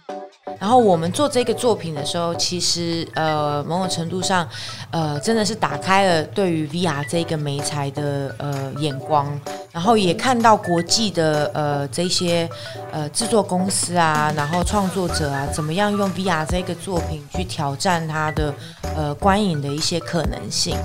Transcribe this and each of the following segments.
然后我们做这个作品的时候，其实某种程度上，真的是打开了对于 VR 这个媒材的眼光，然后也看到国际的这些制作公司啊，然后创作者啊，怎么样用 VR 这个作品去挑战它的观影的一些可能性。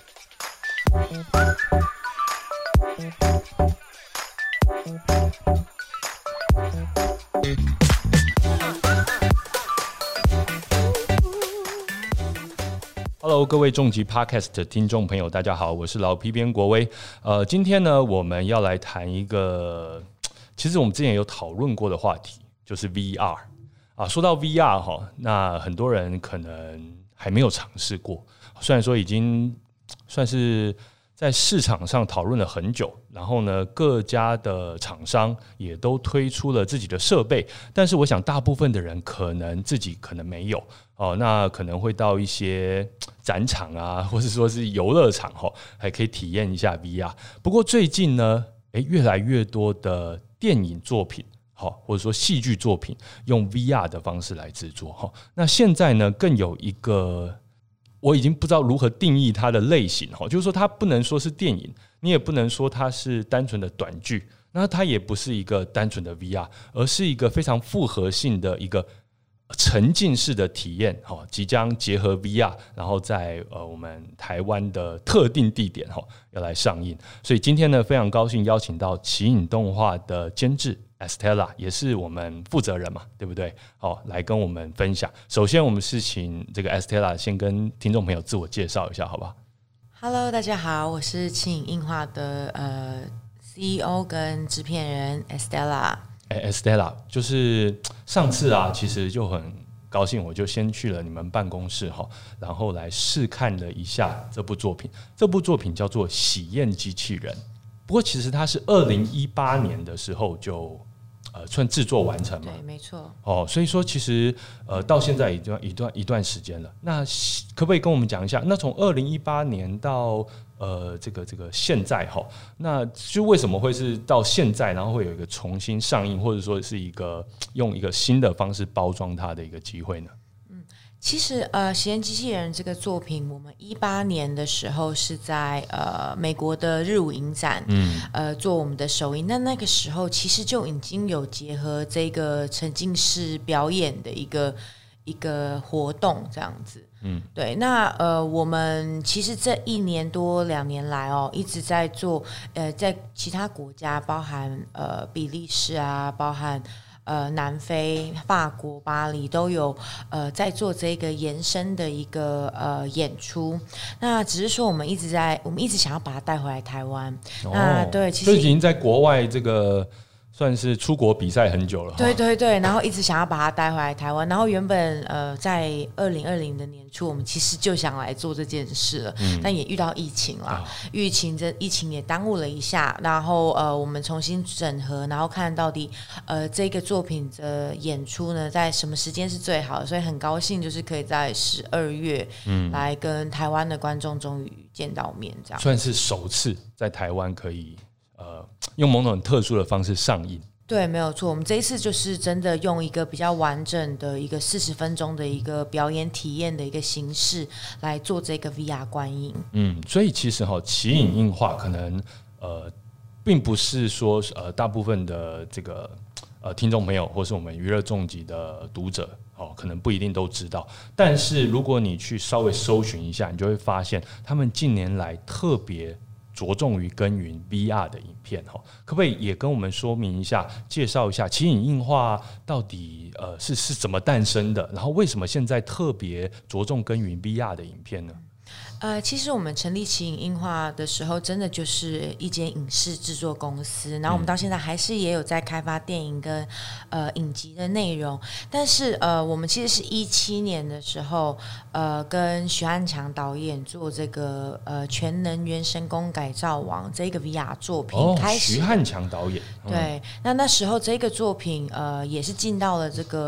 Hello， 各位重击 Podcast 的听众朋友，大家好，我是老批编国威。今天呢，我们要来谈一个，其实我们之前有讨论过的话题，就是 VR 啊。说到 VR 哈，那很多人可能还没有尝试过，虽然说已经算是在市场上讨论了很久，然后呢，各家的厂商也都推出了自己的设备，但是我想大部分的人可能自己可能没有哦，那可能会到一些展场啊，或者说是游乐场还可以体验一下 VR。不过最近呢，越来越多的电影作品或者说戏剧作品用 VR 的方式来制作。那现在呢，更有一个我已经不知道如何定义它的类型，就是说它不能说是电影，你也不能说它是单纯的短剧，那它也不是一个单纯的 VR， 而是一个非常复合性的一个沉浸式的体验，即将结合 VR， 然后在我们台湾的特定地点要来上映。所以今天呢，非常高兴邀请到奇影动画的监制Estella， 也是我们负责人嘛，对不对？来跟我们分享。首先，我们是请这个 Estella 先跟听众朋友自我介绍一下，好不好 ？Hello， 大家好，我是奇影映画的CEO 跟制片人 Estella。Estella 就是上次啊，其实就很高兴，我就先去了你们办公室然后来试看了一下这部作品。这部作品叫做《喜宴机器人》，不过其实它是2018年的时候就算制作完成嘛， 对，没错。 所以说其实到现在一段时间了。那可不可以跟我们讲一下？那从2018年到这个现在那就为什么会是到现在，然后会有一个重新上映，或者说是一个用一个新的方式包装它的一个机会呢？ 其实喜宴机器人这个作品，我们18年的时候是在美国的日舞影展，做我们的首映。那个时候其实就已经有结合这个沉浸式表演的一个活动这样子。对。那我们其实这1年多2年来一直在做，在其他国家，包含比利时啊，包含南非、法国、巴黎都有在做这个延伸的一个演出。那只是说我们一直想要把它带回来台湾。那对，其实就已经在国外这个算是出国比赛很久了。 对对对，然后一直想要把它带回来台湾。然后原本在2020的年初，我们其实就想来做这件事了，但也遇到疫情啦。疫情也耽误了一下，然后我们重新整合，然后看到底这个作品的演出呢，在什么时间是最好的。所以很高兴，就是可以在12月来跟台湾的观众终于见到面，这样算是首次在台湾可以用某种特殊的方式上映。 对，没有错。我们这一次就是真的用一个比较完整的一个40分钟的一个表演体验的一个形式来做这个 VR 观影。 所以其实奇影映画可能并不是说大部分的这个听众朋友或是我们娱乐重击的读者可能不一定都知道。但是如果你去稍微搜寻一下，你就会发现他们近年来特别着重于耕耘 VR 的影片，可不可以也跟我们说明一下，介绍一下奇影映画到底是怎么诞生的，然后为什么现在特别着重耕耘 VR 的影片呢？ 其实我们成立奇影映画的时候，真的就是一间影视制作公司，然后我们到现在还是也有在开发电影跟影集的内容。但是我们其实是17年的时候，跟许汉强导演做这个全能原神宫改造王这个 VR 作品开始。 许汉强导演， 对，那时候这个作品也是进到了这个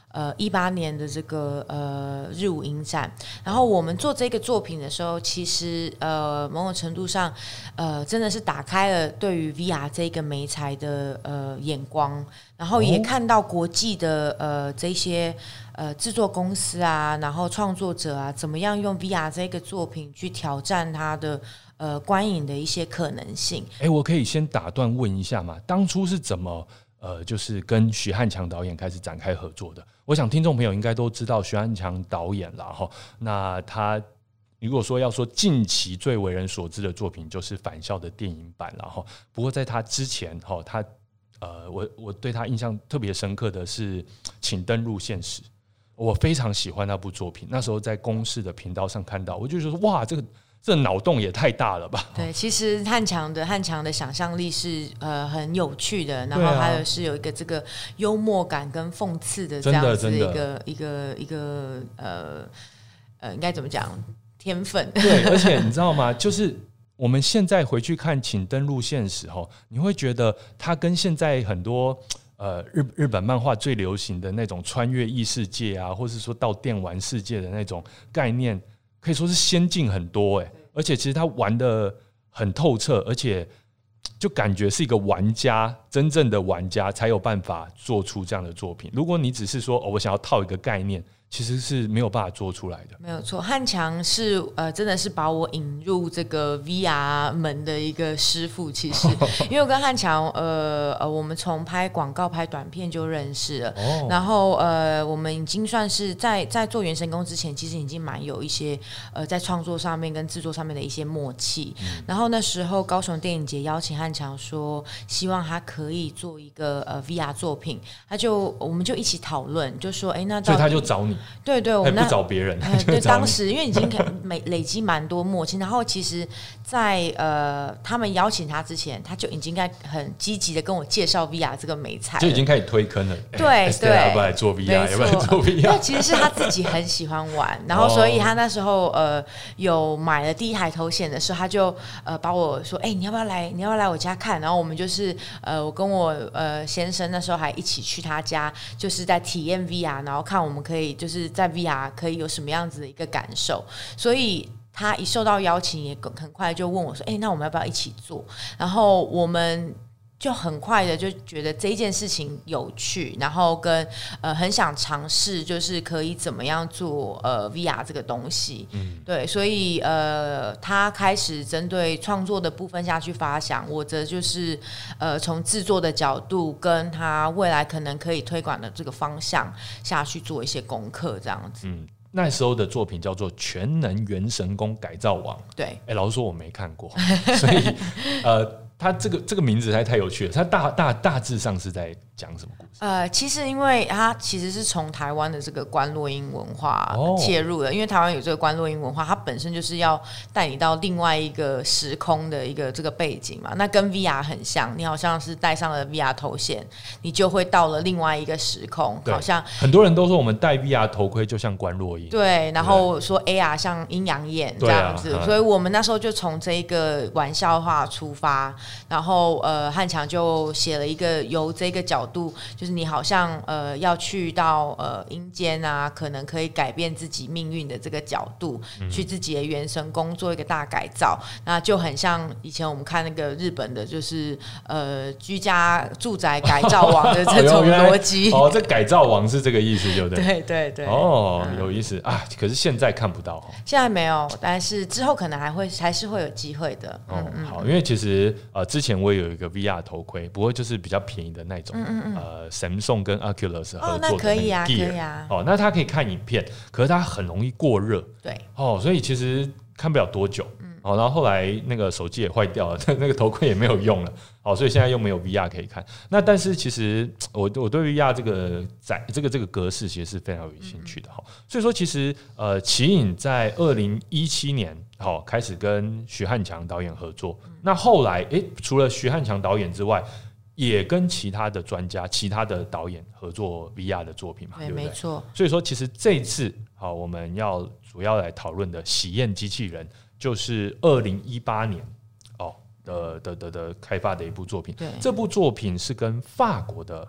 18年的这个日舞影展，然后我们做这个作品的时候，其实某种程度上真的是打开了对于 VR 这个媒材的眼光，然后也看到国际的这些制作公司啊，然后创作者啊，怎么样用 VR 这个作品去挑战它的观影的一些可能性。 我可以先打断问一下嘛，当初是怎么就是跟许汉强导演开始展开合作的？我想听众朋友应该都知道许汉强导演啦齁，那他如果说要说近期最为人所知的作品就是《返校》的电影版啦齁，不过在他之前齁，他我对他印象特别深刻的是《请登入现实》，我非常喜欢那部作品，那时候在公视的频道上看到，我就觉得哇，这脑洞也太大了吧。 对，其实汉强的想象力是很有趣的，然后还有是有一个这个幽默感跟讽刺的这样子的一个应该怎么讲天分。 对，而且你知道吗，就是我们现在回去看《请登入现实》你会觉得它跟现在很多日本漫画最流行的那种穿越异世界啊，或是说到电玩世界的那种概念，可以说是先进很多而且其实他玩得很透彻，而且就感觉是一个玩家，真正的玩家才有办法做出这样的作品。如果你只是说我想要套一个概念，其实是没有办法做出来的。 没有错，汉强是真的是把我引入这个 VR 门的一个师傅。其实因为我跟汉强我们从拍广告拍短片就认识了，然后我们已经算是在做原神宫之前，其实已经蛮有一些在创作上面跟制作上面的一些默契。然后那时候高雄电影节邀请汉强说希望他可以做一个VR 作品，我们就一起讨论，就说那所以他就找你。 对对，我们不找别人。 对，当时因为已经累积蛮多默契，然后其实在他们邀请他之前，他就已经很积极的跟我介绍 VR 这个媒材， 就已经开始推坑了。 对对， 要不要来做 VR？ 要不要来做 VR？ 那其实是他自己很喜欢玩，然后所以他那时候有买了第一台头显的时候，他就把我说，你要不要来我家看？然后我们就是我跟我先生那时候还一起去他家，就是在体验 VR， 然后看我们可以就是在 VR 可以有什么样子的一个感受。所以他一受到邀请也很快就问我说那我们要不要一起做？然后我们就很快的就觉得这件事情有趣，然后跟很想尝试就是可以怎么样做VR 这个东西。对，所以他开始针对创作的部分下去发想，我则就是从制作的角度跟他未来可能可以推广的这个方向下去做一些功课这样子。 那时候的作品叫做《全能元神宫改造王》。 对， 老实说我没看过，所以他这个名字太有趣了。他大致上是在讲什么故事？ 其实因为他其实是从台湾的这个观落阴文化切入的，因为台湾有这个观落阴文化，它本身就是要带你到另外一个时空的一个这个背景嘛。那跟 VR 很像，你好像是戴上了 VR 头显，你就会到了另外一个时空。好像很多人都说我们戴 VR 头盔就像观落阴， 对，然后说 AR 像阴阳眼这样子，所以我们那时候就从这个玩笑话出发。然后汉强就写了一个由这个角度，就是你好像要去到阴间啊，可能可以改变自己命运的这个角度，去自己的元神宫做一个大改造，那就很像以前我们看那个日本的，就是居家住宅改造王的这种逻辑。 这改造王是这个意思，对不对？ 对对对。 有意思啊！可是现在看不到， 现在没有，但是之后可能还是会有机会的。 好，因为其实之前我也有一个 VR 头盔，不过就是比较便宜的那种，Samsung 跟 Oculus 合作的那个 Gear。 那可以啊，可以啊。 那它可以看影片，可是它很容易过热。 对。 所以其实看不了多久。然后后来那个手机也坏掉了，那个头盔也没有用了。所以现在又没有 VR 可以看。那但是其实我对 VR 这个格式其实是非常有兴趣的。所以说其实奇影在2017年开始跟徐汉强导演合作。那后来除了徐汉强导演之外，也跟其他的专家、其他的导演合作 VR 的作品嘛，对不对？ 没错。 所以说其实这一次我们主要来讨论的喜宴机器人，就是2018年的开发的一部作品。这部作品是跟法国的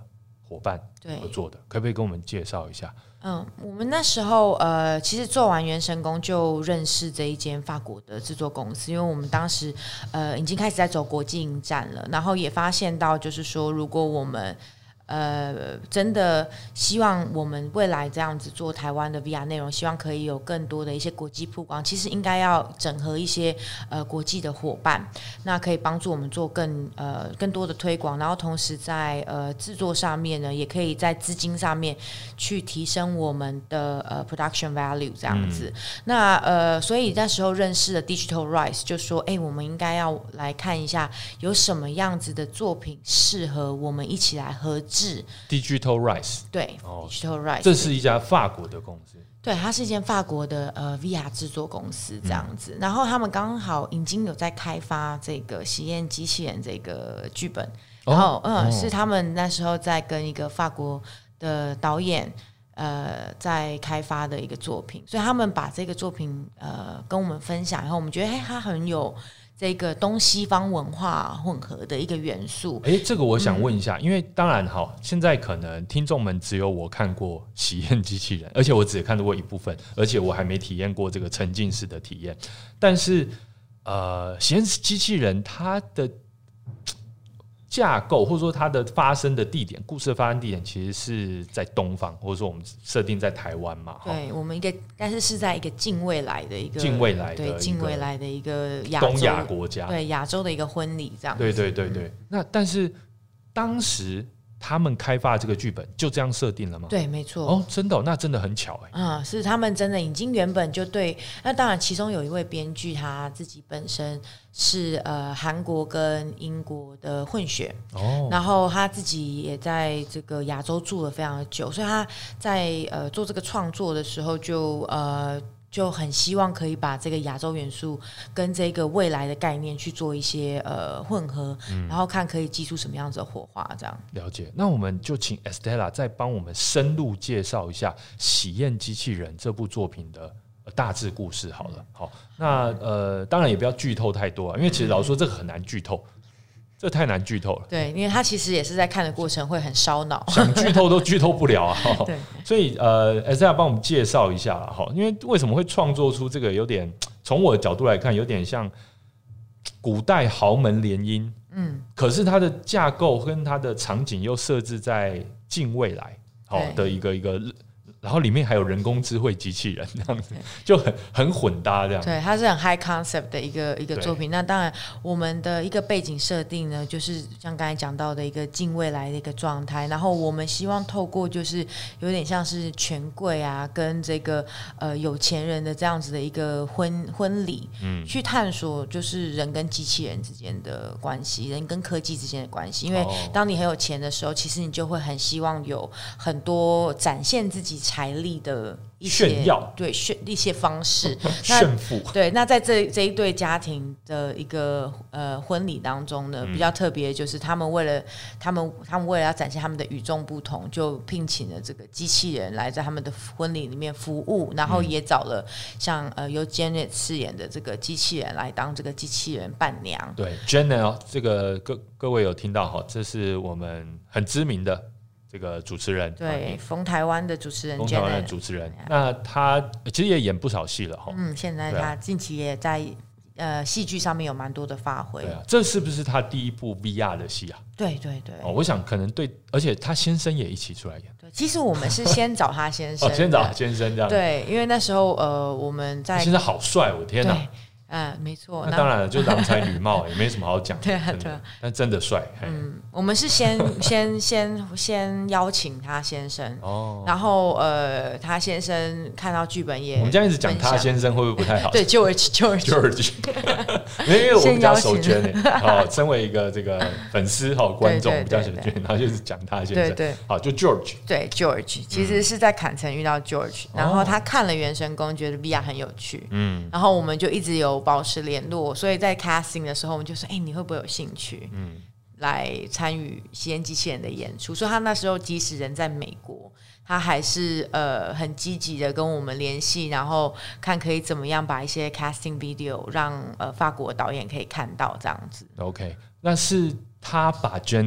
伙伴合作的，可不可以跟我们介绍一下？ 我们那时候其实做完原神宫就认识这一间法国的制作公司，因为我们当时已经开始在走国际影展了，然后也发现到就是说，如果我们真的希望我们未来这样子做台湾的 VR 内容，希望可以有更多的一些国际曝光，其实应该要整合一些国际的伙伴，那可以帮助我们做更多的推广，然后同时在制作上面呢，也可以在资金上面去提升我们的production value 这样子。那所以那时候认识了 Digital Rise， 就说我们应该要来看一下有什么样子的作品适合我们一起来合制。 Digital Rise 对，Digital Rise 这是一家法国的公司， 对，它是一间法国的VR 制作公司这样子。然后他们刚好已经有在开发这个喜宴机器人这个剧本，然后是他们那时候在跟一个法国的导演在开发的一个作品，所以他们把这个作品跟我们分享，然后我们觉得它很有这个东西方文化混合的一个元素。 这个我想问一下，因为当然好，现在可能听众们只有我看过喜宴机器人，而且我只看到过一部分，而且我还没体验过这个沉浸式的体验。但是喜宴机器人它的架构或者说它的发生的地点，故事的发生地点其实是在东方，或者说我们设定在台湾嘛。 对，我们但是在一个近未来的一个近未来的一个东亚国家， 对亚洲的一个婚礼这样子。 对。那但是当时他们开发这个剧本就这样设定了吗？ 对，没错。 真的那真的很巧是他们真的已经原本就对。那当然，其中有一位编剧他自己本身是韩国跟英国的混血，然后他自己也在这个亚洲住了非常的久，所以他在做这个创作的时候就很希望可以把这个亚洲元素跟这个未来的概念去做一些混合，然后看可以激出什么样子的火花这样。 了解。那我们就请 Estella 再帮我们深入介绍一下《喜宴机器人》这部作品的大致故事好了。好，那当然也不要剧透太多因为其实老实说这个很难剧透，这太难剧透了。 对，因为它其实也是在看的过程会很烧脑， 想剧透都剧透不了对， 所以Estella 帮我们介绍一下啦，因为为什么会创作出这个有点，从我的角度来看有点像古代豪门联姻，可是它的架构跟它的场景又设置在近未来的一个然后里面还有人工智慧机器人这样子，就很混搭这样。 对，它是很 high concept 的一个作品。那当然，我们的一个背景设定呢，就是像刚才讲到的一个近未来的一个状态。然后我们希望透过就是有点像是权贵啊，跟这个有钱人的这样子的一个婚礼，去探索就是人跟机器人之间的关系，人跟科技之间的关系。因为当你很有钱的时候，其实你就会很希望有很多展现自己财力的一些炫耀， 对一些方式炫富。 对，那在这一对家庭的一个婚礼当中呢，比较特别就是他们为了要展现他们的与众不同，就聘请了这个机器人来在他们的婚礼里面服务，然后也找了像由 Janet 饰演的这个机器人来当这个机器人伴娘。 对 Janet 这个各位有听到这是我们很知名的这个主持人， 对，逢台湾的主持人， 那他其实也演不少戏了现在他近期也在戏剧上面有蛮多的发挥。 对啊，这是不是他第一部 VR 的戏啊？ 对我想可能对，而且他先生也一起出来演。 对，其实我们是先找他先生先找先生这样。 对，因为那时候我们在先生好帅，我天哪！ 没错， 那当然了，就郎才女貌，也没什么好讲。 对， 但真的帅。 我们是先邀请他先生，然后他先生看到剧本也， 我们这样一直讲他先生会不会不太好？ 对 George， 因为我比较熟娟身为一个这个粉丝观众比较熟娟，然后就是讲他先生， 对， 好就 George， 对 George， 其实是在坎城遇到 George，然后他看了《原神宫》，觉得 VR 很有趣，然后我们就一直有保持联络，所以在 casting 的时候，我们就说，你会不会有兴趣，来参与喜宴机器人的演出？所以他那时候即使人在美国，他还是很积极的跟我们联系，然后看可以怎么样把一些 casting video 让法国导演可以看到这样子。 OK， 那是他把 Janet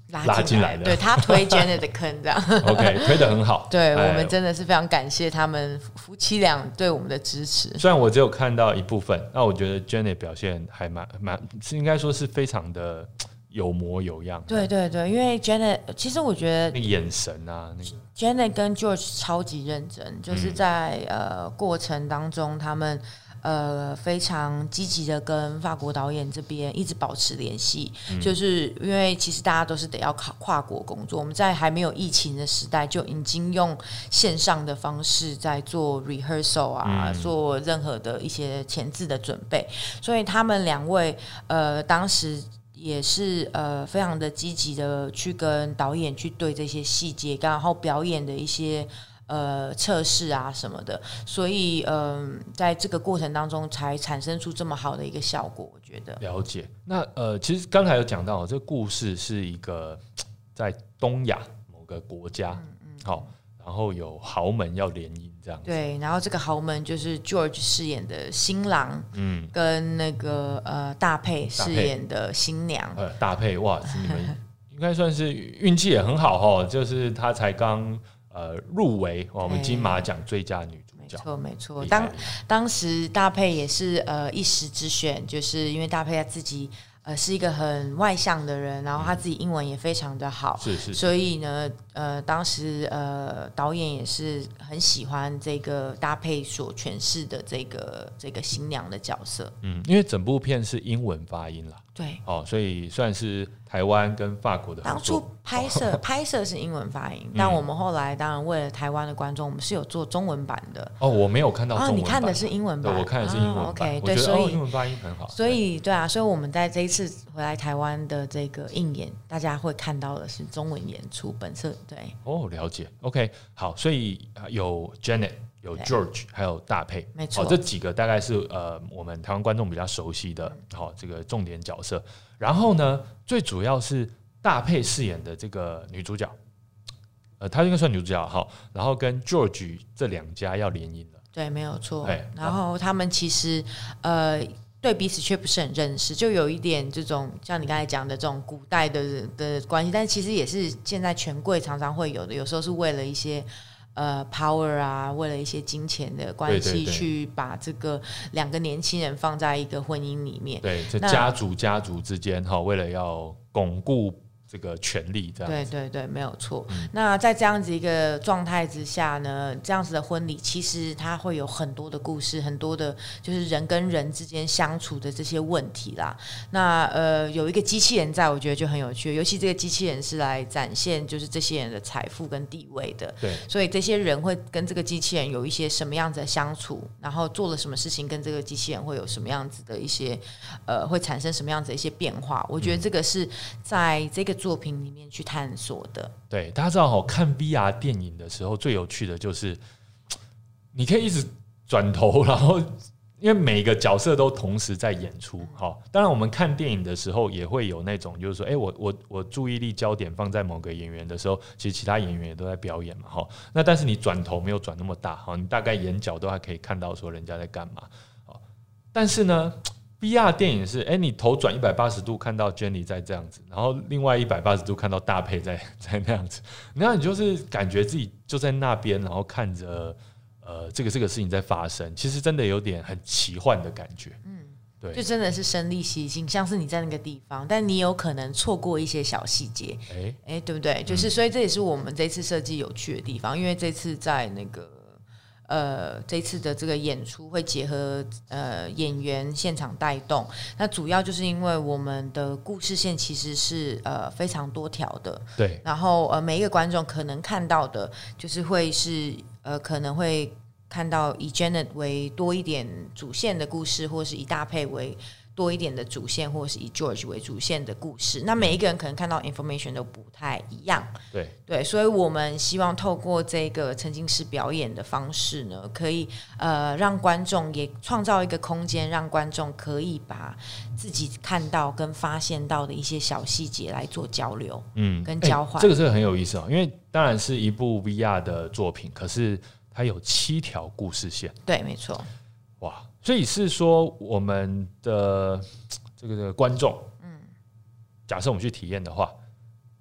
拉进来的， 对，他推 Janet 的坑这样 OK 推得很好， 对，我们真的是非常感谢他们夫妻俩对我们的支持。 虽然我只有看到一部分，那我觉得 Janet 表现还蛮是应该说是非常的有模有样。 对对对，因为 Janet 其实我觉得那个眼神啊，那个 Janet 跟 George 超级认真，就是在过程当中他们。非常积极的跟法国导演这边一直保持联系，就是因为其实大家都是得要跨国工作，我们在还没有疫情的时代就已经用线上的方式在做 rehearsal 啊，做任何的一些前置的准备，所以他们两位当时也是非常的积极的去跟导演去对这些细节，然后表演的一些。测试啊什么的，所以在这个过程当中才产生出这么好的一个效果，我觉得。 了解。那其实刚才有讲到，这个故事是一个在东亚某个国家，好，然后有豪门要联姻这样子。 对，然后这个豪门就是 George 饰演的新郎，跟那个大佩饰演的新娘。 大佩哇，你们应该算是运气也很好哈，就是他才刚。入围我们金马奖最佳女主角， 没错。当时大佩也是一时之选，就是因为大佩他自己是一个很外向的人，然后他自己英文也非常的好， 是所以呢当时导演也是很喜欢这个大佩所诠释的这个新娘的角色。 因为整部片是英文发音啦， 对， 所以算是台湾跟法国的合作。 当初拍摄是英文发音，但我们后来当然为了台湾的观众，我们是有做中文版的。 我没有看到中文版。 你看的是英文版？ 对，我看的是英文版。 OK， 对， 所以英文发音很好。 所以对啊，所以我们在这一次回来台湾的这个映演，大家会看到的是中文演出本色。对， 了解。OK， 好，所以有 Janet。有 George 还有大佩， 没错， 这几个大概是我们台湾观众比较熟悉的这个重点角色。然后呢，最主要是大佩饰演的这个女主角，她应该算女主角哈。然后跟 George 这两家要联姻了， 对，没有错。然后他们其实对彼此却不是很认识，就有一点这种像你刚才讲的这种古代的关系，但其实也是现在权贵常常会有的，有时候是为了一些。power 啊，为了一些金钱的关系，去把这个两个年轻人放在一个婚姻里面。 对，这家族之间为了要巩固这个权利，这样子。 对，没有错。那在这样子一个状态之下呢，这样子的婚礼其实它会有很多的故事，很多的就是人跟人之间相处的这些问题啦。那有一个机器人在，我觉得就很有趣，尤其这个机器人是来展现就是这些人的财富跟地位的。 对， 所以这些人会跟这个机器人有一些什么样子的相处，然后做了什么事情，跟这个机器人会有什么样子的一些会产生什么样子的一些变化。我觉得这个是在这个作品里面去探索的。 对，大家知道看 VR 电影的时候最有趣的就是你可以一直转头，然后因为每个角色都同时在演出。当然我们看电影的时候也会有那种就是说我注意力焦点放在某个演员的时候，其实其他演员也都在表演嘛。那但是你转头没有转那么大，你大概眼角都还可以看到说人家在干嘛。但是呢VR 电影是你头转180度看到 Jenny 在这样子，然后另外180度看到大佩在那样子，然后你就是感觉自己就在那边，然后看着这个事情在发生，其实真的有点很奇幻的感觉。对， 就真的是身临其境，像是你在那个地方，但你有可能错过一些小细节，对不对？就是所以这也是我们这次设计有趣的地方，因为这次在那个这次的这个演出会结合演员现场带动，那主要就是因为我们的故事线其实是非常多条的， 对， 然后每一个观众可能看到的就是会是可能会看到以 Janet 为多一点主线的故事，或是以大佩为多一点的主线，或是以 George 为主线的故事。那每一个人可能看到 information 都不太一样，对，所以我们希望透过这个沉浸式表演的方式呢，可以让观众也创造一个空间，让观众可以把自己看到跟发现到的一些小细节来做交流，跟交换。 这个是很有意思因为当然是一部 VR 的作品，可是它有7条故事线。 对，没错。 哇，所以是说我们的这个观众，假设我们去体验的话，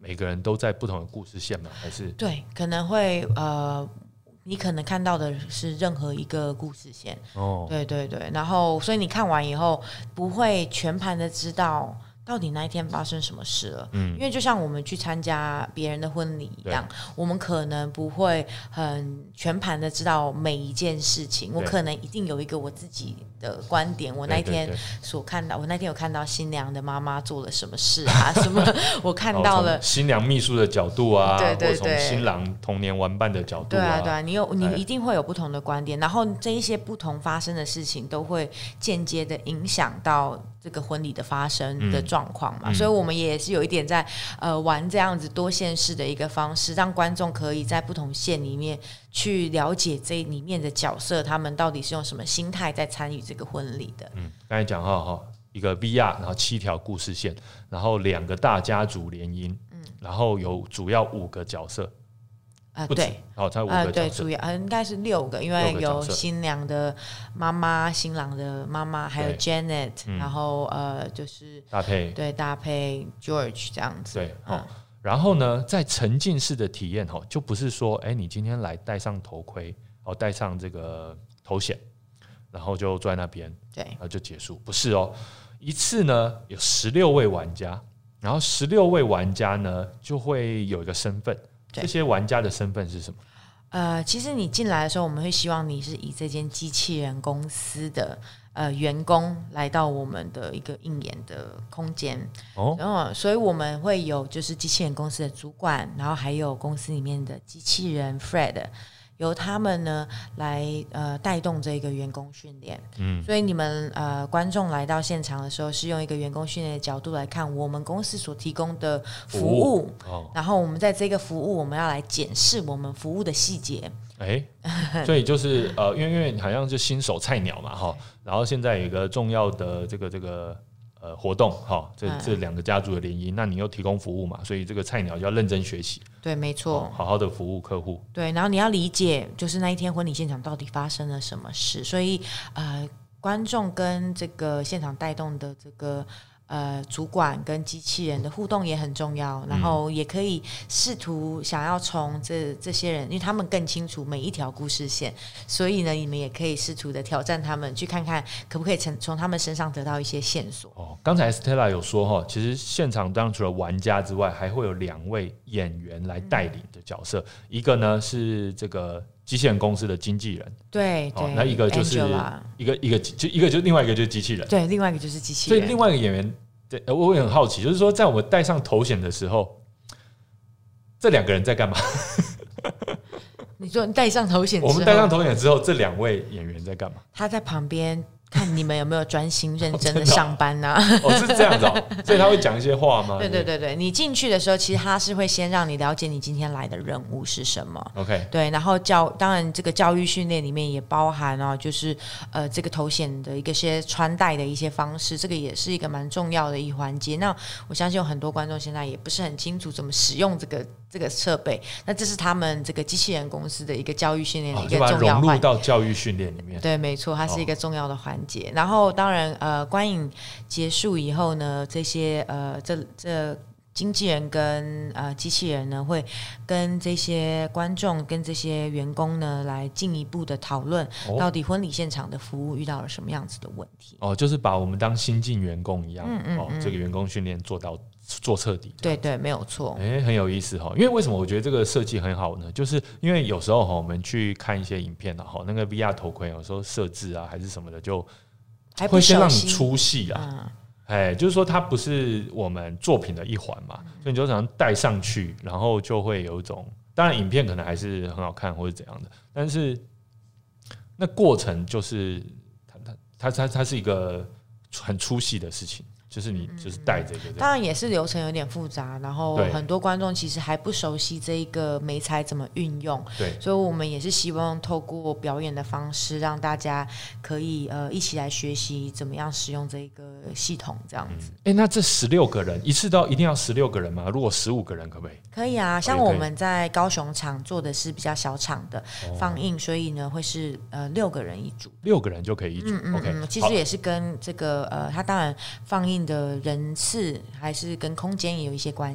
每个人都在不同的故事线吗？还是对，可能会你可能看到的是任何一个故事线。对对对，然后所以你看完以后不会全盘的知道到底那一天发生什么事了。因为就像我们去参加别人的婚礼一样，我们可能不会很全盘的知道每一件事情，我可能一定有一个我自己的观点。我那天所看到，我那天有看到新娘的妈妈做了什么事啊？什么？我看到了新娘秘书的角度啊， 对对对， 或从新郎童年玩伴的角度啊， 对啊对啊，你一定会有不同的观点，然后这一些不同发生的事情都会间接的影响到这个婚礼的发生的状况嘛，所以我们也是有一点在玩这样子多线式的一个方式，让观众可以在不同线里面去了解这里面的角色，他们到底是用什么心态在参与这个婚礼的。 刚才讲一个 VR， 然后7条故事线，然后2个大家族联姻，然后有主要5个角色。 对， 才5个角色， 对，主要应该是6个，因为有新娘的妈妈、新郎的妈妈，还有 Janet，然后就是搭配 George 这样子。 对，然后呢，在沉浸式的体验就不是说，你今天来戴上头盔，戴上这个头显，然后就坐在那边， 对， 然后就结束，不是一次呢有16位玩家，然后16位玩家呢就会有一个身份。这些玩家的身份是什么？ 其实你进来的时候，我们会希望你是以这间机器人公司的员工来到我们的一个映演的空间。所以我们会有就是机器人公司的主管，然后还有公司里面的机器人 Fred， 由他们呢来带动这个员工训练。所以你们观众来到现场的时候，是用一个员工训练的角度来看我们公司所提供的服务，然后我们在这个服务，我们要来检视我们服务的细节。 所以就是因为好像是新手菜鸟嘛然后现在有一个重要的这个活动这2个家族的联姻，那你又提供服务嘛，所以这个菜鸟就要认真学习。 对，没错， 好好的服务客户。 对，然后你要理解，就是那一天婚礼现场到底发生了什么事，所以观众跟这个现场带动的这个主管跟机器人的互动也很重要，然后也可以试图想要从这些人，因为他们更清楚每一条故事线，所以呢，你们也可以试图的挑战他们，去看看可不可以从他们身上得到一些线索。 刚才 Stella 有说其实现场当然除了玩家之外，还会有2位演员来带领的角色，一个呢是这个机器人公司的经纪人， 对， 那一个就是一个就另外一个就是机器人， 对，另外一个就是机器人。 所以另外一个演员，我也很好奇，就是说在我们戴上头显的时候，这2个人在干嘛？ 你说你戴上头显之后， 我们戴上头显之后，这2位演员在干嘛？ 他在旁边看你们有没有专心认真的上班啊。 是这样子所以他会讲一些话吗？ 对，你进去的时候，其实他是会先让你了解你今天来的任务是什么。 OK， 对，然后当然这个教育训练里面也包含就是这个头显的一些穿戴的一些方式，这个也是一个蛮重要的一环节。那我相信有很多观众现在也不是很清楚怎么使用这个设备，那这是他们这个机器人公司的一个教育训练的一个重要环节， 融入到教育训练里面。 对，没错，它是一个重要的环节。然后当然观影结束以后呢，这些这经纪人跟机器人呢，会跟这些观众跟这些员工呢来进一步的讨论，到底婚礼现场的服务遇到了什么样子的问题。 就是把我们当新进员工一样，这个员工训练做彻底。 对，没有错。 很有意思因为为什么我觉得这个设计很好呢？就是因为有时候我们去看一些影片那个 VR 头盔有时候设置还是什么的，就会先让你出戏就是说它不是我们作品的一环嘛，所以你就常常戴上去，然后就会有一种，当然影片可能还是很好看或者怎样的，但是那过程就是它是一个很出戏的事情。就是你就是带这个， 当然也是流程有点复杂，然后很多观众其实还不熟悉这一个媒材怎么运用， 对， 所以我们也是希望透过表演的方式，让大家可以一起来学习怎么样使用这个系统，这样子。 那这16个人一次一定要16个人吗？如果15个人可不可以？ 可以啊，像我们在高雄场做的是比较小场的放映，所以呢会是6个人一组 ，6个人就可以一组。OK， 其实也是跟这个它当然放映的人次还是跟空间也有一些关系。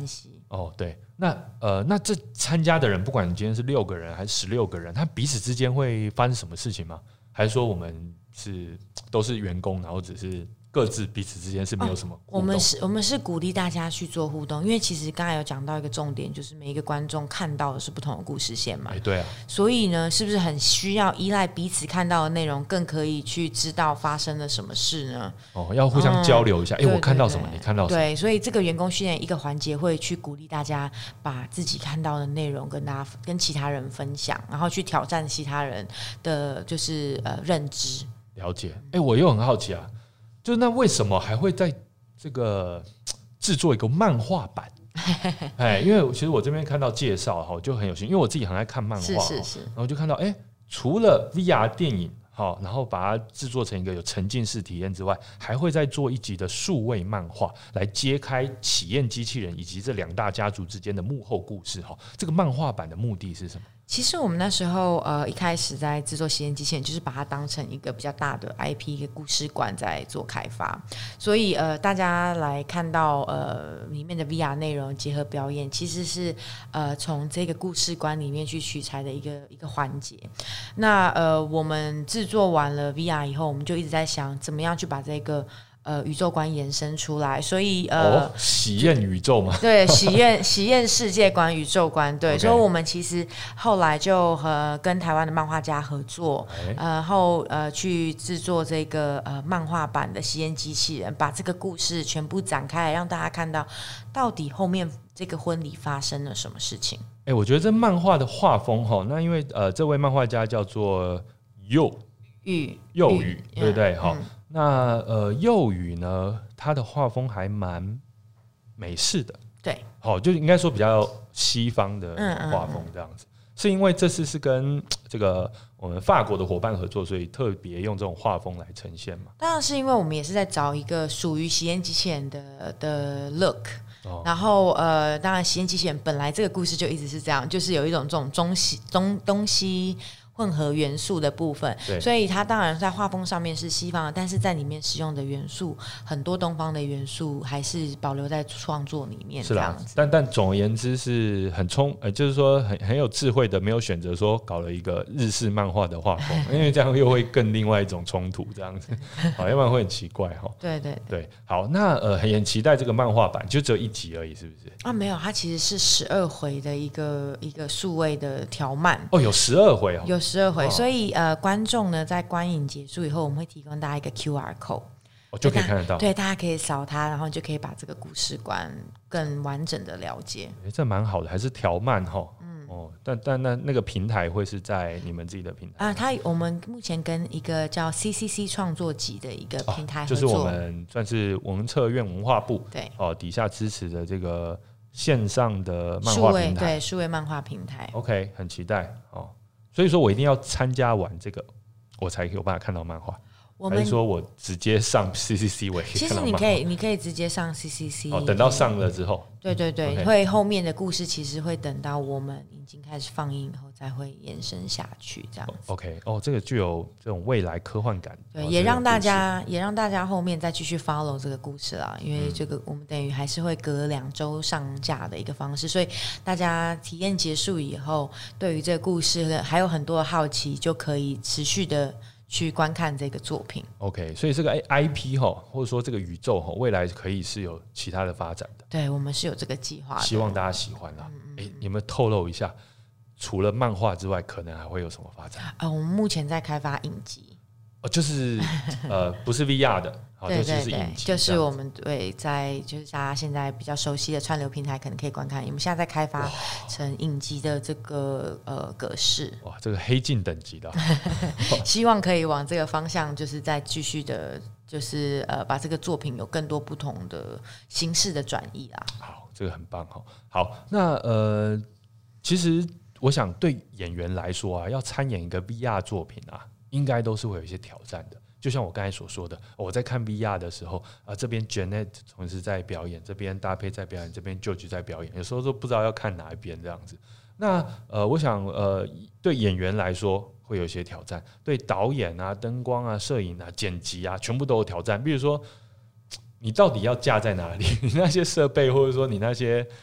哦，对，那这参加的人，不管你今天是6个人还是16个人，他彼此之间会发生什么事情吗？还是说我们都是员工，然后只是各自彼此之间是没有什么互动？ 我们是鼓励大家去做互动，因为其实刚才有讲到一个重点，就是每一个观众看到的是不同的故事线嘛。 对啊。 所以呢，是不是很需要依赖彼此看到的内容，更可以去知道发生了什么事呢？ 要互相交流一下。我看到什么，你看到什么？ 对，所以这个员工训练一个环节会去鼓励大家把自己看到的内容跟其他人分享，然后去挑战其他人的就是认知。 了解。我又很好奇啊，就是那为什么还会在这个制作一个漫画版？因为其实我这边看到介绍就很有趣，因为我自己很爱看漫画，然后就看到除了 VR 电影然后把它制作成一个有沉浸式体验之外，还会再做一集的数位漫画来揭开喜宴机器人以及这2大家族之间的幕后故事。这个漫画版的目的是什么？ 其实我们那时候一开始在制作喜宴机器人，就是把它当成一个比较大的 IP 一个故事馆在做开发，所以大家来看到里面的 VR 内容结合表演，其实是从这个故事馆里面去取材的一个环节。那我们制作完了 VR 以后，我们就一直在想怎么样去把这个宇宙观延伸出来，所以喜宴宇宙嘛， 对，喜宴世界观、宇宙观，对， 所以我们其实后来就跟台湾的漫画家合作，然后去制作这个漫画版的喜宴机器人，把这个故事全部展开来，让大家看到到底后面这个婚礼发生了什么事情。 我觉得这漫画的画风那因为这位漫画家叫做佑宇，对不对？那佑宇呢，他的画风还蛮美式的， 对， 就应该说比较西方的画风这样子。是因为这次是跟这个我们法国的伙伴合作，所以特别用这种画风来呈现嘛？ 当然是因为我们也是在找一个属于喜宴机器人的 look。然后当然喜宴机器人本来这个故事就一直是这样，就是有一种这种东西混合元素的部分，所以它当然在画风上面是西方的，但是在里面使用的元素很多东方的元素还是保留在创作里面，是这样子。 但总而言之是很就是说很有智慧的，没有选择说搞了一个日式漫画的画风，因为这样又会更另外一种冲突这样子，要不然会很奇怪哈。对，好，那很期待这个漫画版，就只有1集而已，是不是？ 没有，它其实是12回的一个数位的条漫。 有12回有12回，所以观众呢在观影结束以后，我们会提供大家一个 QR code， 就可以看得到。 对，大家可以扫它，然后就可以把这个故事观更完整的了解。 这蛮好的，还是条漫但那个平台会是在你们自己的平台我们目前跟一个叫 CCC 创作集的一个平台合作， 就是我们算是文策院文化部对底下支持的这个线上的漫画平台， 对，数位漫画平台。 OK， 很期待所以说我一定要参加完这个，我才有办法看到漫画。还是说我直接上 CCC 我也可以看到漫画？ 其实你可以直接上 CCC， 等到上了之后， 对， okay， 会后面的故事其实会等到我们已经开始放映以后才会延伸下去，这样子。 OK， 这个具有这种未来科幻感， 对，也让大家后面再继续 follow 这个故事啦。因为这个我们等于还是会隔2周上架的一个方式，所以大家体验结束以后，对于这个故事还有很多的好奇，就可以持续的去观看这个作品。 OK， 所以这个 IP 或者说这个宇宙未来可以是有其他的发展的。 对，我们是有这个计划的， 希望大家喜欢啦。你有没有透露一下，除了漫画之外可能还会有什么发展？ 我们目前在开发影集， 就是不是 VR 的， 对， 就是影集， 就是我们在就是大家现在比较熟悉的串流平台可能可以观看，我们现在在开发成影集的这个格式。 哇，这个黑镜等级的希望可以往这个方向，就是再继续的就是把这个作品有更多不同的形式的转移啦。 好，这个很棒。好，那其实我想对演员来说要参演一个 VR 作品应该都是会有一些挑战的。就像我刚才所说的，我在看 VR 的时候这边 Janet 同时在表演，这边搭配在表演，这边 George 在表演，有时候都不知道要看哪一边这样子。那我想对演员来说会有一些挑战，对导演灯光摄影剪辑全部都有挑战。比如说你到底要架在哪里，你那些设备或者说你那些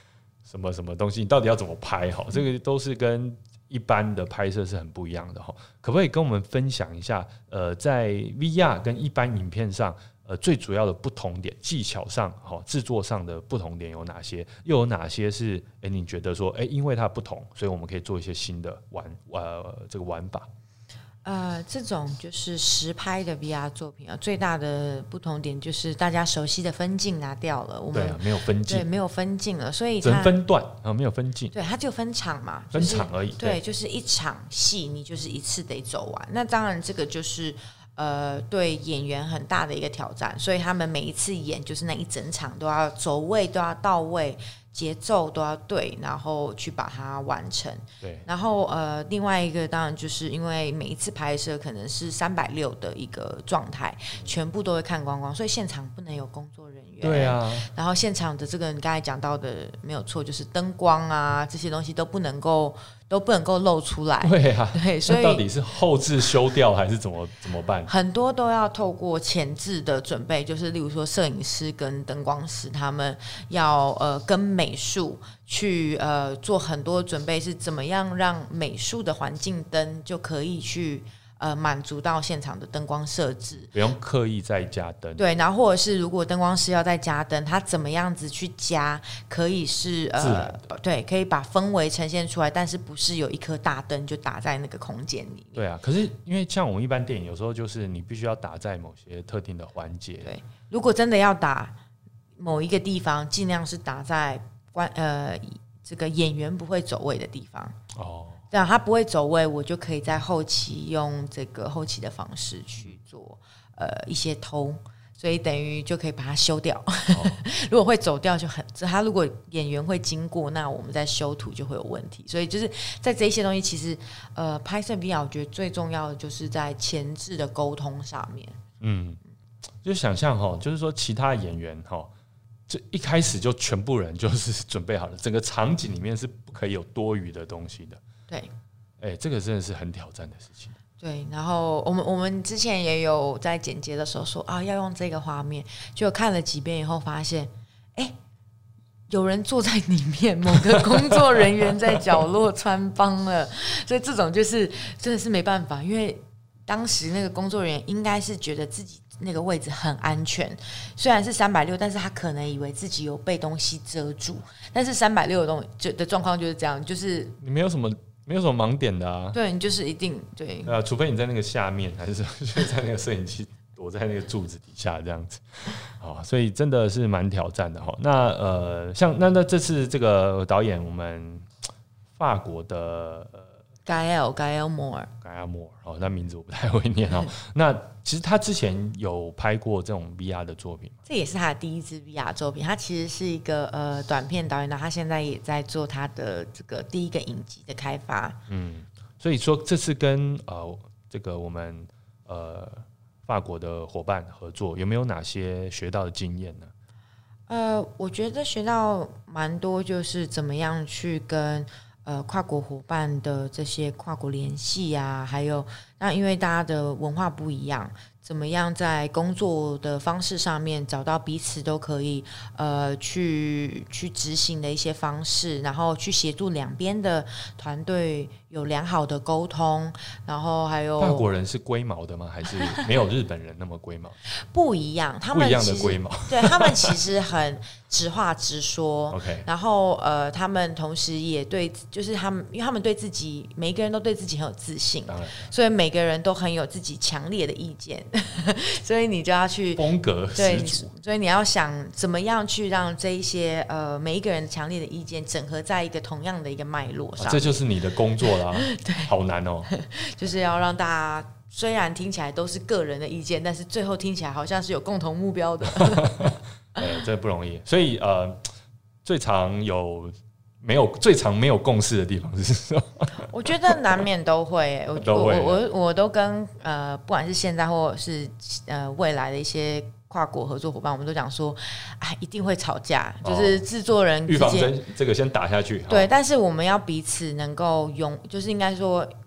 什么什么东西，你到底要怎么拍哈？这个都是跟一般的拍摄是很不一样的哈。可不可以跟我们分享一下？在 VR 跟一般影片上，最主要的不同点，技巧上、制作上的不同点有哪些？又有哪些是你觉得说，因为它不同，所以我们可以做一些新的这个玩法？ 这种就是实拍的 VR 作品啊，最大的不同点就是大家熟悉的分镜拿掉了，我们对啊，没有分镜， 对，没有分镜了，所以只能分段啊，没有分镜， 对，它只有分场嘛， 分场而已， 对，就是一场戏，你就是一次得走完。那当然，这个就是对演员很大的一个挑战，所以他们每一次演就是那一整场都要走位，都要到位。节奏都要对，然后去把它完成。 对， 然后另外一个当然就是因为每一次拍摄可能是360的一个状态，全部都会看光光，所以现场不能有工作人员。 对啊。 然后现场的这个你刚才讲到的没有错，就是灯光啊这些东西都不能够露出来。 对啊， 对，所以到底是后置修掉还是怎么办？ 很多都要透过前置的准备，就是例如说摄影师跟灯光师他们要跟美术去做很多准备，是怎么样让美术的环境灯就可以去满足到现场的灯光设置， 不用刻意再加灯。 对，然后或者是如果灯光师要再加灯，他怎么样子去加，可以是自然的， 对，可以把氛围呈现出来，但是不是有一颗大灯就打在那个空间里面。 对啊，可是因为像我们一般电影，有时候就是你必须要打在某些特定的环节。 对，如果真的要打某一个地方，尽量是打在这个演员不会走位的地方。哦。这样他不会走位，我就可以在后期用这个后期的方式去做一些偷，所以等于就可以把它修掉。如果会走掉就很，他如果演员会经过，那我们在修图就会有问题。所以就是在这些东西，其实拍摄 VR 我觉得最重要的就是在前置的沟通上面。 就想象就是说其他演员就一开始就全部人就是准备好了，整个场景里面是不可以有多余的东西的。对，这个真的是很挑战的事情。 对，然后我们之前也有在剪接的时候说要用这个画面，就看了几遍以后发现，有人坐在里面，某个工作人员在角落穿帮了，所以这种就是真的是没办法，因为当时那个工作人员应该是觉得自己那个位置很安全，虽然是360，但是他可能以为自己有被东西遮住，但是360的状况就是这样，就是你没有什么盲点的啊。 对，你就是一定对。 除非你在那个下面，还是在那个摄影机躲在那个柱子底下这样子。所以真的是蛮挑战的哈。那像那这次这个导演，我们法国的 Gael Moore， 那名字我不太会念那其实他之前有拍过这种 VR 的作品吗？ 这也是他的第一支 VR 作品。他其实是一个短片导演，他现在也在做他的这个第一个影集的开发。 所以说这次跟这个我们法国的伙伴合作，有没有哪些学到的经验呢？ 我觉得学到蛮多，就是怎么样去跟跨国伙伴的这些跨国联系啊，还有那因为大家的文化不一样，怎么样在工作的方式上面找到彼此都可以去执行的一些方式，然后去协助两边的团队有良好的沟通，然后还有法国人是龟毛的吗？还是没有日本人那么龟毛？ 不一样，他们不一样的龟毛。 对，他们其实很直话直说。 OK， 然后他们同时也对，就是因为他们对自己每一个人都对自己很有自信，所以每个人都很有自己强烈的意见，所以你就要去风格十足， 所以你要想怎么样去让这一些每一个人强烈的意见整合在一个同样的一个脉络上， 这就是你的工作啦。对，好难哦， 就是要让大家虽然听起来都是个人的意见，但是最后听起来好像是有共同目标的。 这不容易，所以最常没有共识的地方是什么？ 我觉得难免都会，我都跟不管是现在或者是未来的一些跨国合作伙伴，我们都讲说，一定会吵架，就是制作人预防针这个先打下去。 对，但是我们要彼此能够就是应该说，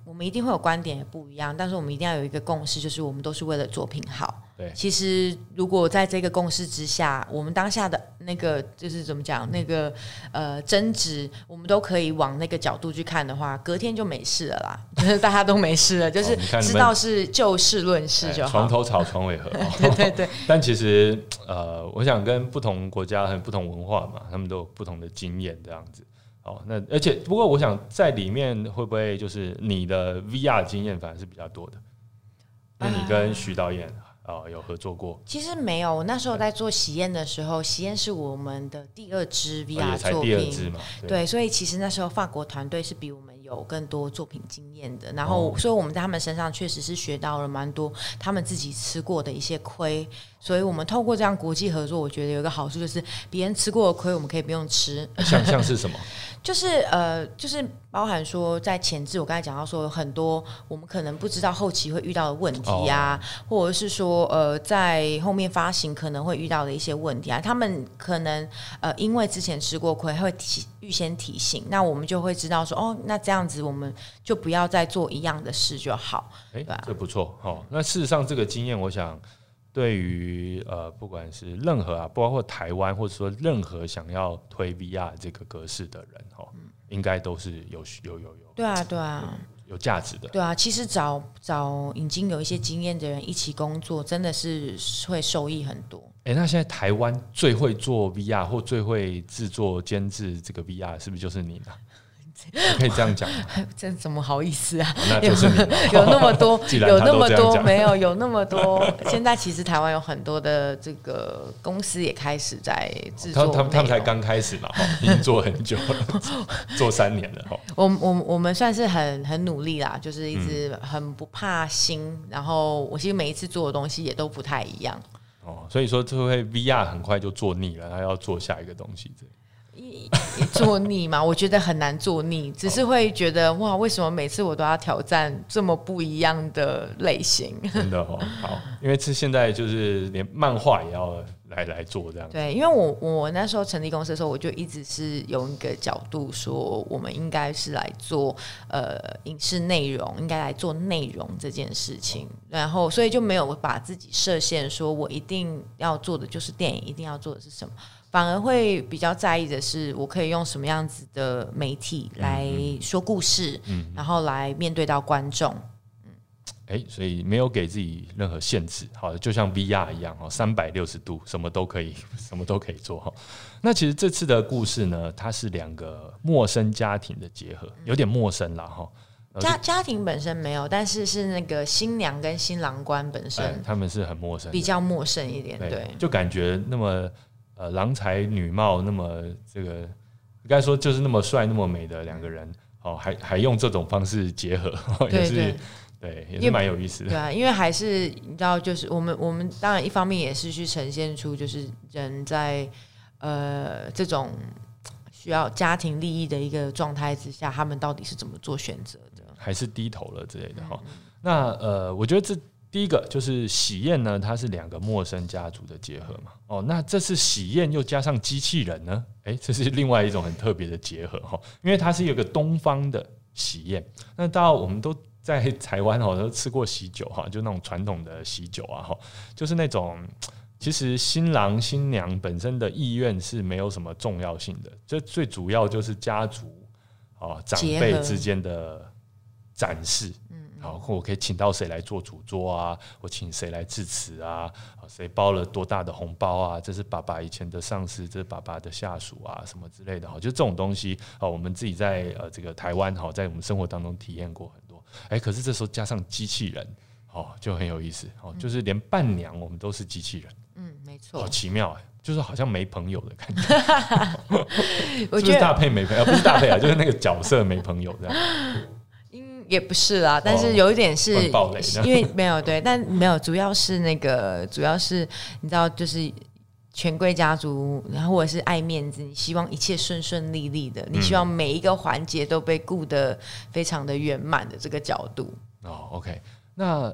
我们一定会有观点也不一样，但是我们一定要有一个共识，就是我们都是为了作品好。 对， 其实如果在这个共识之下，我们当下的那个就是怎么讲，那个争执，我们都可以往那个角度去看的话，隔天就没事了啦，就是大家都没事了，就是知道是就事论事就好。 床头吵，床尾和。 对对对。 但其实我想跟不同国家和不同文化嘛，他们都有不同的经验这样子。那而且不过我想在里面会不会就是你的 VR 经验反而是比较多的，因为你跟徐导演有合作过。 其实没有，我那时候在做喜宴的时候，喜宴是我们的第2支 VR 作品， 也才第2支嘛。 对，所以其实那时候法国团队是比我们有更多作品经验的，然后所以我们在他们身上确实是学到了蛮多他们自己吃过的一些亏，所以我们透过这样国际合作，我觉得有一个好处就是别人吃过的亏我们可以不用吃。 像是什么？ 就是包含说在前置，我刚才讲到说有很多我们可能不知道后期会遇到的问题啊，或者是说在后面发行可能会遇到的一些问题啊，他们可能因为之前吃过亏会预先提醒，那我们就会知道说那这样子我们就不要再做一样的事就好。 这不错。那事实上这个经验我想对于不管是任何包括台湾或者说任何想要推 VR 这个格式的人应该都是有对啊有价值的。 对啊，其实找已经有一些经验的人一起工作，真的是会受益很多。 那现在台湾最会做 VR 或最会制作监制这个 VR 是不是就是你呢？可以这样讲吗？ 这怎么好意思啊？ 那就是你有那么多，有那么多， 没有那么多。现在其实台湾有很多的这个公司也开始在制作， 他们才刚开始嘛，已经做很久了，做3年了。 我们算是很努力啦，就是一直很不怕新，然后我其实每一次做的东西也都不太一样。 所以说这会 VR 很快就做腻了，他要做下一个东西。 做腻嘛？我觉得很难做腻，只是会觉得哇，为什么每次我都要挑战这么不一样的类型？ 真的好，因为现在就是连漫画也要来做这样。 对，因为我那时候成立公司的时候，我就一直是有一个角度说，我们应该是来做影视内容，应该来做内容这件事情。然后所以就没有把自己设限，说我一定要做的就是电影，一定要做的是什么。反而会比较在意的是，我可以用什么样子的媒体来说故事，然后来面对到观众。 所以没有给自己任何限制，好，就像 VR 一样，360度什么都可以做。那其实这次的故事呢，它是2个陌生家庭的结合，有点陌生啦家庭本身没有，但是是那个新娘跟新郎官本身， 他们是很陌生， 比较陌生一点，对， 就感觉那么郎才女貌，那么这个应该说就是那么帅那么美的2个人，还用这种方式结合，也是对，也是蛮有意思的。 对啊，因为还是你知道，就是我们当然一方面也是去呈现出，就是人在这种需要家庭利益的一个状态之下，他们到底是怎么做选择的， 还是低头了之类的。那我觉得第一个就是喜宴呢，它是2个陌生家族的结合嘛。那这次喜宴又加上机器人呢，这是另外一种很特别的结合因为它是有个东方的喜宴。那到我们都在台湾都吃过喜酒就那种传统的喜酒啊，就是那种其实新郎新娘本身的意愿是没有什么重要性的，这最主要就是家族长辈之间的展示。好，我可以请到谁来做主桌啊？我请谁来致辞啊？谁包了多大的红包啊？这是爸爸以前的上司，这是爸爸的下属啊，什么之类的。就这种东西我们自己在这个台湾在我们生活当中体验过很多。可是这时候加上机器人就很有意思就是连伴娘我们都是机器人。 没错， 好奇妙就是好像没朋友的感觉。 我觉得是不是搭配没朋友？不是搭配就是那个角色没朋友这样。 也不是啦，但是有一点是因为没有对，但没有，主要是你知道，就是权贵家族，然后或者是爱面子，你希望一切顺顺利利的，你希望每一个环节都被顾得非常的圆满的这个角度。 OK， 那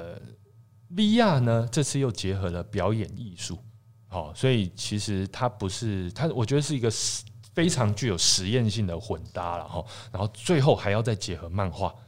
VR 呢，这次又结合了表演艺术，所以其实它不是它，我觉得是一个非常具有实验性的混搭了然后最后还要再结合漫画。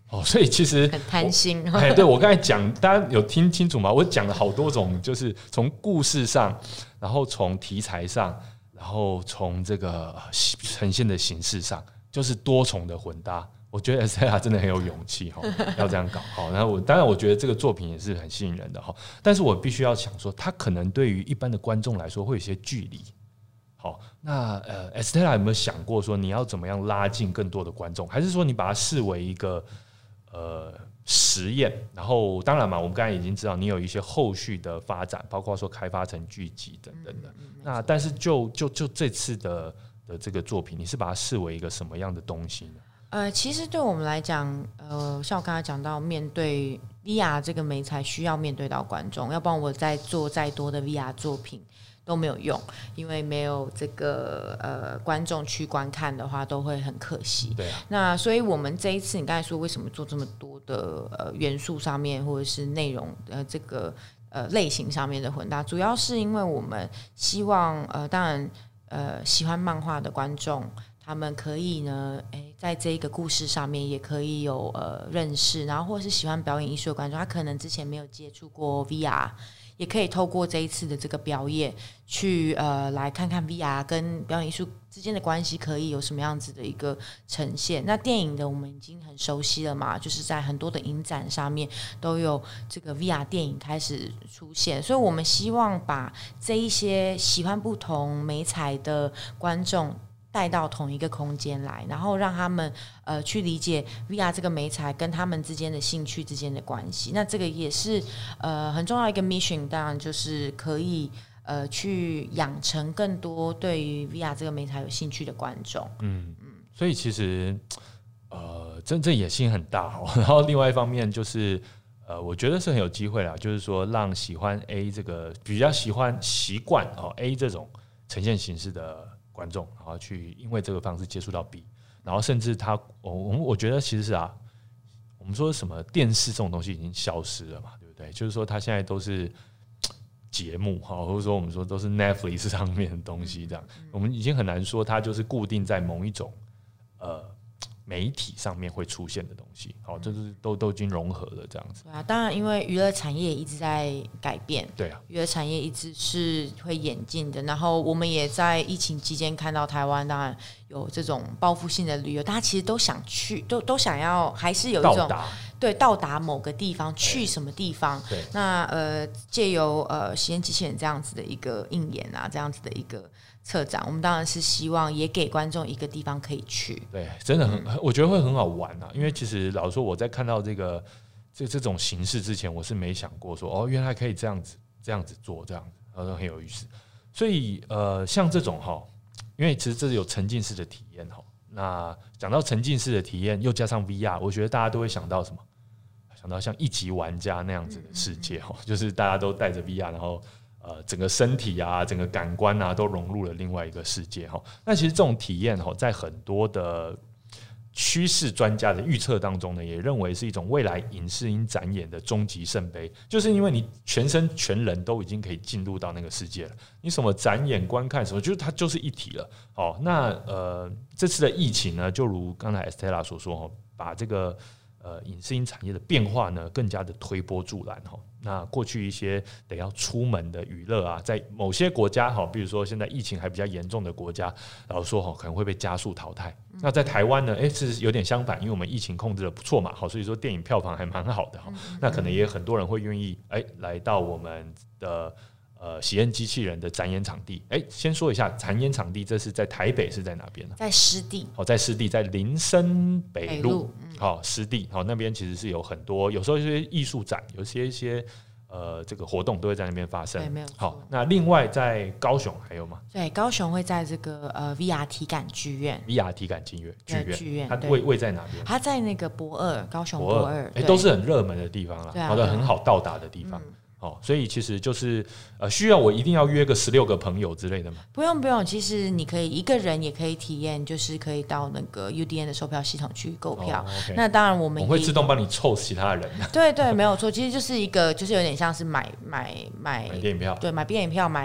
所以其实很贪心。 对，我刚才讲，大家有听清楚吗？我讲了好多种，就是从故事上，然后从题材上，然后从这个呈现的形式上，就是多重的混搭。我觉得 Estella 真的很有勇气要这样搞。然后当然我觉得这个作品也是很吸引人的，但是我必须要想说，它可能对于一般的观众来说会有些距离。好，那Estella 有没有想过说你要怎么样拉近更多的观众，还是说你把它视为一个实验？然后当然嘛，我们刚才已经知道你有一些后续的发展，包括说开发成剧集等等的。那但是就这次的这个作品，你是把它视为一个什么样的东西呢？ 其实对我们来讲，像我刚才讲到，面对 VR 这个媒材需要面对到观众，要不然我再做再多的 VR 作品都没有用，因为没有这个观众去观看的话，都会很可惜。 对啊。 那所以我们这一次，你刚才说为什么做这么多的元素上面，或者是内容这个类型上面的混搭，主要是因为我们希望当然喜欢漫画的观众，他们可以呢，在这一个故事上面也可以有认识，然后或是喜欢表演艺术的观众，他可能之前没有接触过 VR， 也可以透过这一次的这个表演去来看看 VR 跟表演艺术之间的关系可以有什么样子的一个呈现。那电影的我们已经很熟悉了嘛，就是在很多的影展上面都有这个 VR 电影开始出现，所以我们希望把这一些喜欢不同媒材的观众带到同一个空间来，然后让他们去理解 VR 这个媒材跟他们之间的兴趣之间的关系。那这个也是很重要一个 mission， 当然就是可以去养成更多对于 VR 这个媒材有兴趣的观众。 所以其实这野心很大然后另外一方面就是我觉得是很有机会啦，就是说让喜欢 A 这个比较习惯A 这种呈现形式的观众，然后去因为这个方式接触到 B， 然后甚至我觉得其实是我们说什么电视这种东西已经消失了嘛，对不对？就是说它现在都是节目或者说我们说都是 Netflix 上面的东西，这样我们已经很难说它就是固定在某一种媒体上面会出现的东西，就是都已经融合了这样子。 对啊，当然因为娱乐产业一直在改变， 对啊， 娱乐产业一直是会演进的。然后我们也在疫情期间看到台湾，当然有这种报复性的旅游，大家其实都想去，都想要，还是有一种到达某个地方，去什么地方。 对， 那借由实验机器人这样子的一个应演啊，这样子的一个策展，我们当然是希望也给观众一个地方可以去。 对，真的我觉得会很好玩啊，因为其实老实说，我在看到这种形式之前，我是没想过说原来可以这样子做，这样子，然后很有意思。所以像这种因为其实这是有沉浸式的体验那讲到沉浸式的体验，又加上 VR， 我觉得大家都会想到什么？想到像一级玩家那样子的世界就是大家都带着 VR， 然后整个身体啊，整个感官啊，都融入了另外一个世界那其实这种体验在很多的趋势专家的预测当中呢，也认为是一种未来影视音展演的终极圣杯，就是因为你全身全人都已经可以进入到那个世界了，你什么展演观看什么，就是它就是一体了那这次的疫情呢，就如刚才 Estella 所说把这个影视音产业的变化呢更加的推波助澜那过去一些得要出门的娱乐啊，在某些国家比如说现在疫情还比较严重的国家，然后说可能会被加速淘汰。那在台湾呢，是有点相反，因为我们疫情控制的不错嘛，所以说电影票房还蛮好的那可能也很多人会愿意来到我们的喜宴机器人的展演场地。先说一下展演场地，这是在台北，是在哪边呢？ 在湿地在湿地，在林森北路湿地那边其实是有很多，有时候一些艺术展，有一些这个活动都会在那边发生。 对，没有错。 那另外在高雄还有吗？ 对，高雄会在这个VR 体感剧院。 VR 体感剧院，它位在哪边？ 它在那个博二，高雄博二， 都是很热门的地方啦，很好到达的地方。所以其实就是需要我一定要约个16个朋友之类的吗？ 不用，其实你可以一个人也可以体验，就是可以到那个 UDN 的售票系统去购票。 Okay， 那当然我会自动帮你凑其他人。 对，没有错，其实就是一个就是有点像是买电影票， 对，买电影票买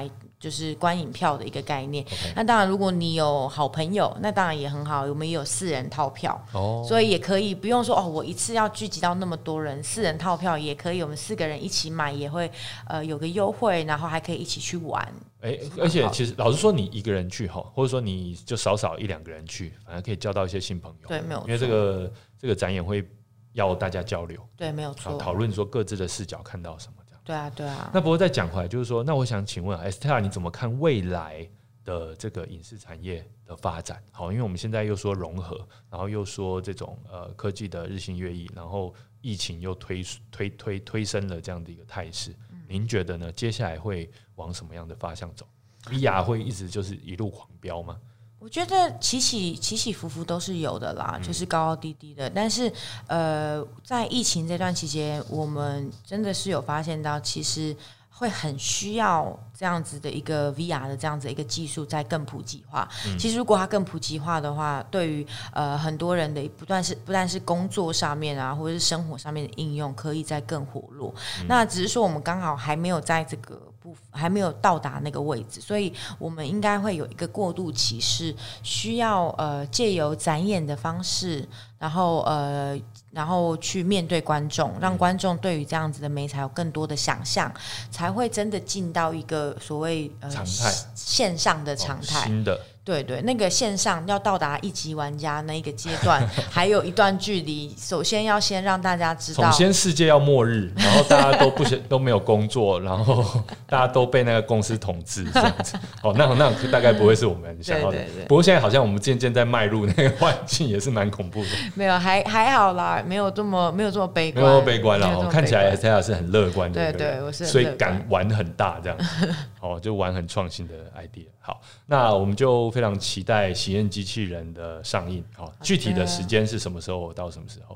就是观影票的一个概念。那当然，如果你有好朋友，那当然也很好。我们也有4人套票，所以也可以不用说我一次要聚集到那么多人，4人套票也可以，我们4个人一起买也会有个优惠，然后还可以一起去玩。 而且其实老实说，你一个人去或者说你就少1-2个人去，反而可以交到一些新朋友。 对，没有错， 因为这个展演会要大家交流， 对，没有错， 讨论说各自的视角看到什么。 对啊，对啊。 那不过再讲回来，就是说，那我想请问Estella，你怎么看未来的这个影视产业的发展？好，因为我们现在又说融合，然后又说这种科技的日新月异，然后疫情又推升了这样的一个态势。您觉得呢？接下来会往什么样的方向走 ？VR 会一直就是一路狂飙吗？ 我觉得起起伏伏都是有的啦，就是高高低低的。但是在疫情这段期间，我们真的是有发现到，其实会很需要这样子的一个 VR 的这样子的一个技术在更普及化。其实如果它更普及化的话，对于很多人的不但是工作上面啊，或者是生活上面的应用，可以再更活络。那只是说我们刚好还没有在这个还没有到达那个位置，所以我们应该会有一个过渡期，是需要借由展演的方式，然后去面对观众，让观众对于这样子的媒材有更多的想象，才会真的进到一个所谓常态线上的常态。 新的。 对，那个线上要到达1级玩家那一个阶段还有一段距离。首先要先让大家知道， 首先世界要末日，然后大家都没有工作，然后大家都被那个公司统治这样子。那大概不会是我们想要的。对。不过现在好像我们渐渐在迈入那个环境，也是蛮恐怖的。没有， 还好啦，没有这么悲观， 没有悲观啦。看起来 Estella 是很乐观的， 对，我是很乐观， 所以敢玩很大这样子。就玩很创新的 idea。好，那我们就非常期待喜宴机器人的上映。具体的时间是什么时候到什么时候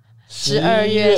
？12月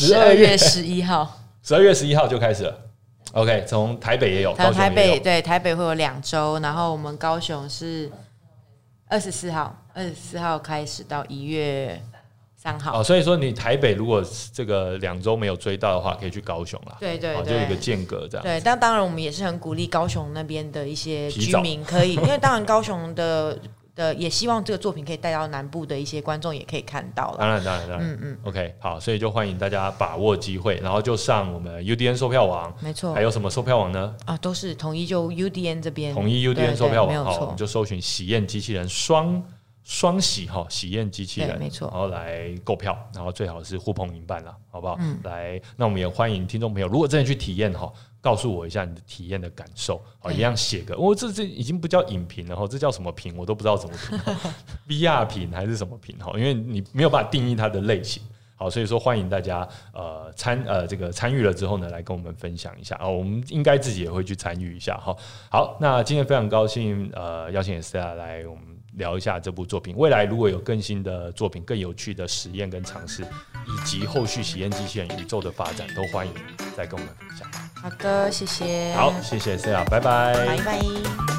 11号，12月11号就开始了。OK， 从台北也有，高雄也有。 对，台北会有2周，然后我们高雄是24号开始到1月3号。 所以说你台北如果这个2周没有追到的话，可以去高雄啦。 对， 就有一个间隔这样。 对，但当然我们也是很鼓励高雄那边的一些居民可以，因为当然高雄的也希望这个作品可以带到南部的一些观众也可以看到了。 当然。OK， 好，所以就欢迎大家把握机会，然后就上我们 UDN 售票网。 没错。 还有什么售票网呢？ 都是统一就 UDN 这边。 统一 UDN 售票网， 好， 我们就搜寻喜宴机器人双喜喜宴机器人， 没错， 然后来购票，然后最好是呼朋引伴啦，好不好？来，那我们也欢迎听众朋友，如果真的去体验告诉我一下你的体验的感受，一样写个，这已经不叫影评了，这叫什么评我都不知道怎么评，VR 评还是什么评因为你没有办法定义它的类型。好，所以说欢迎大家参与了之后呢，来跟我们分享一下我们应该自己也会去参与一下好，那今天非常高兴邀请 Estella 来我们聊一下这部作品。未来如果有更新的作品、更有趣的实验跟尝试，以及后续喜宴机器人宇宙的发展，都欢迎再跟我们分享。 好的，谢谢。 好，谢谢 Estella，拜拜。 拜拜。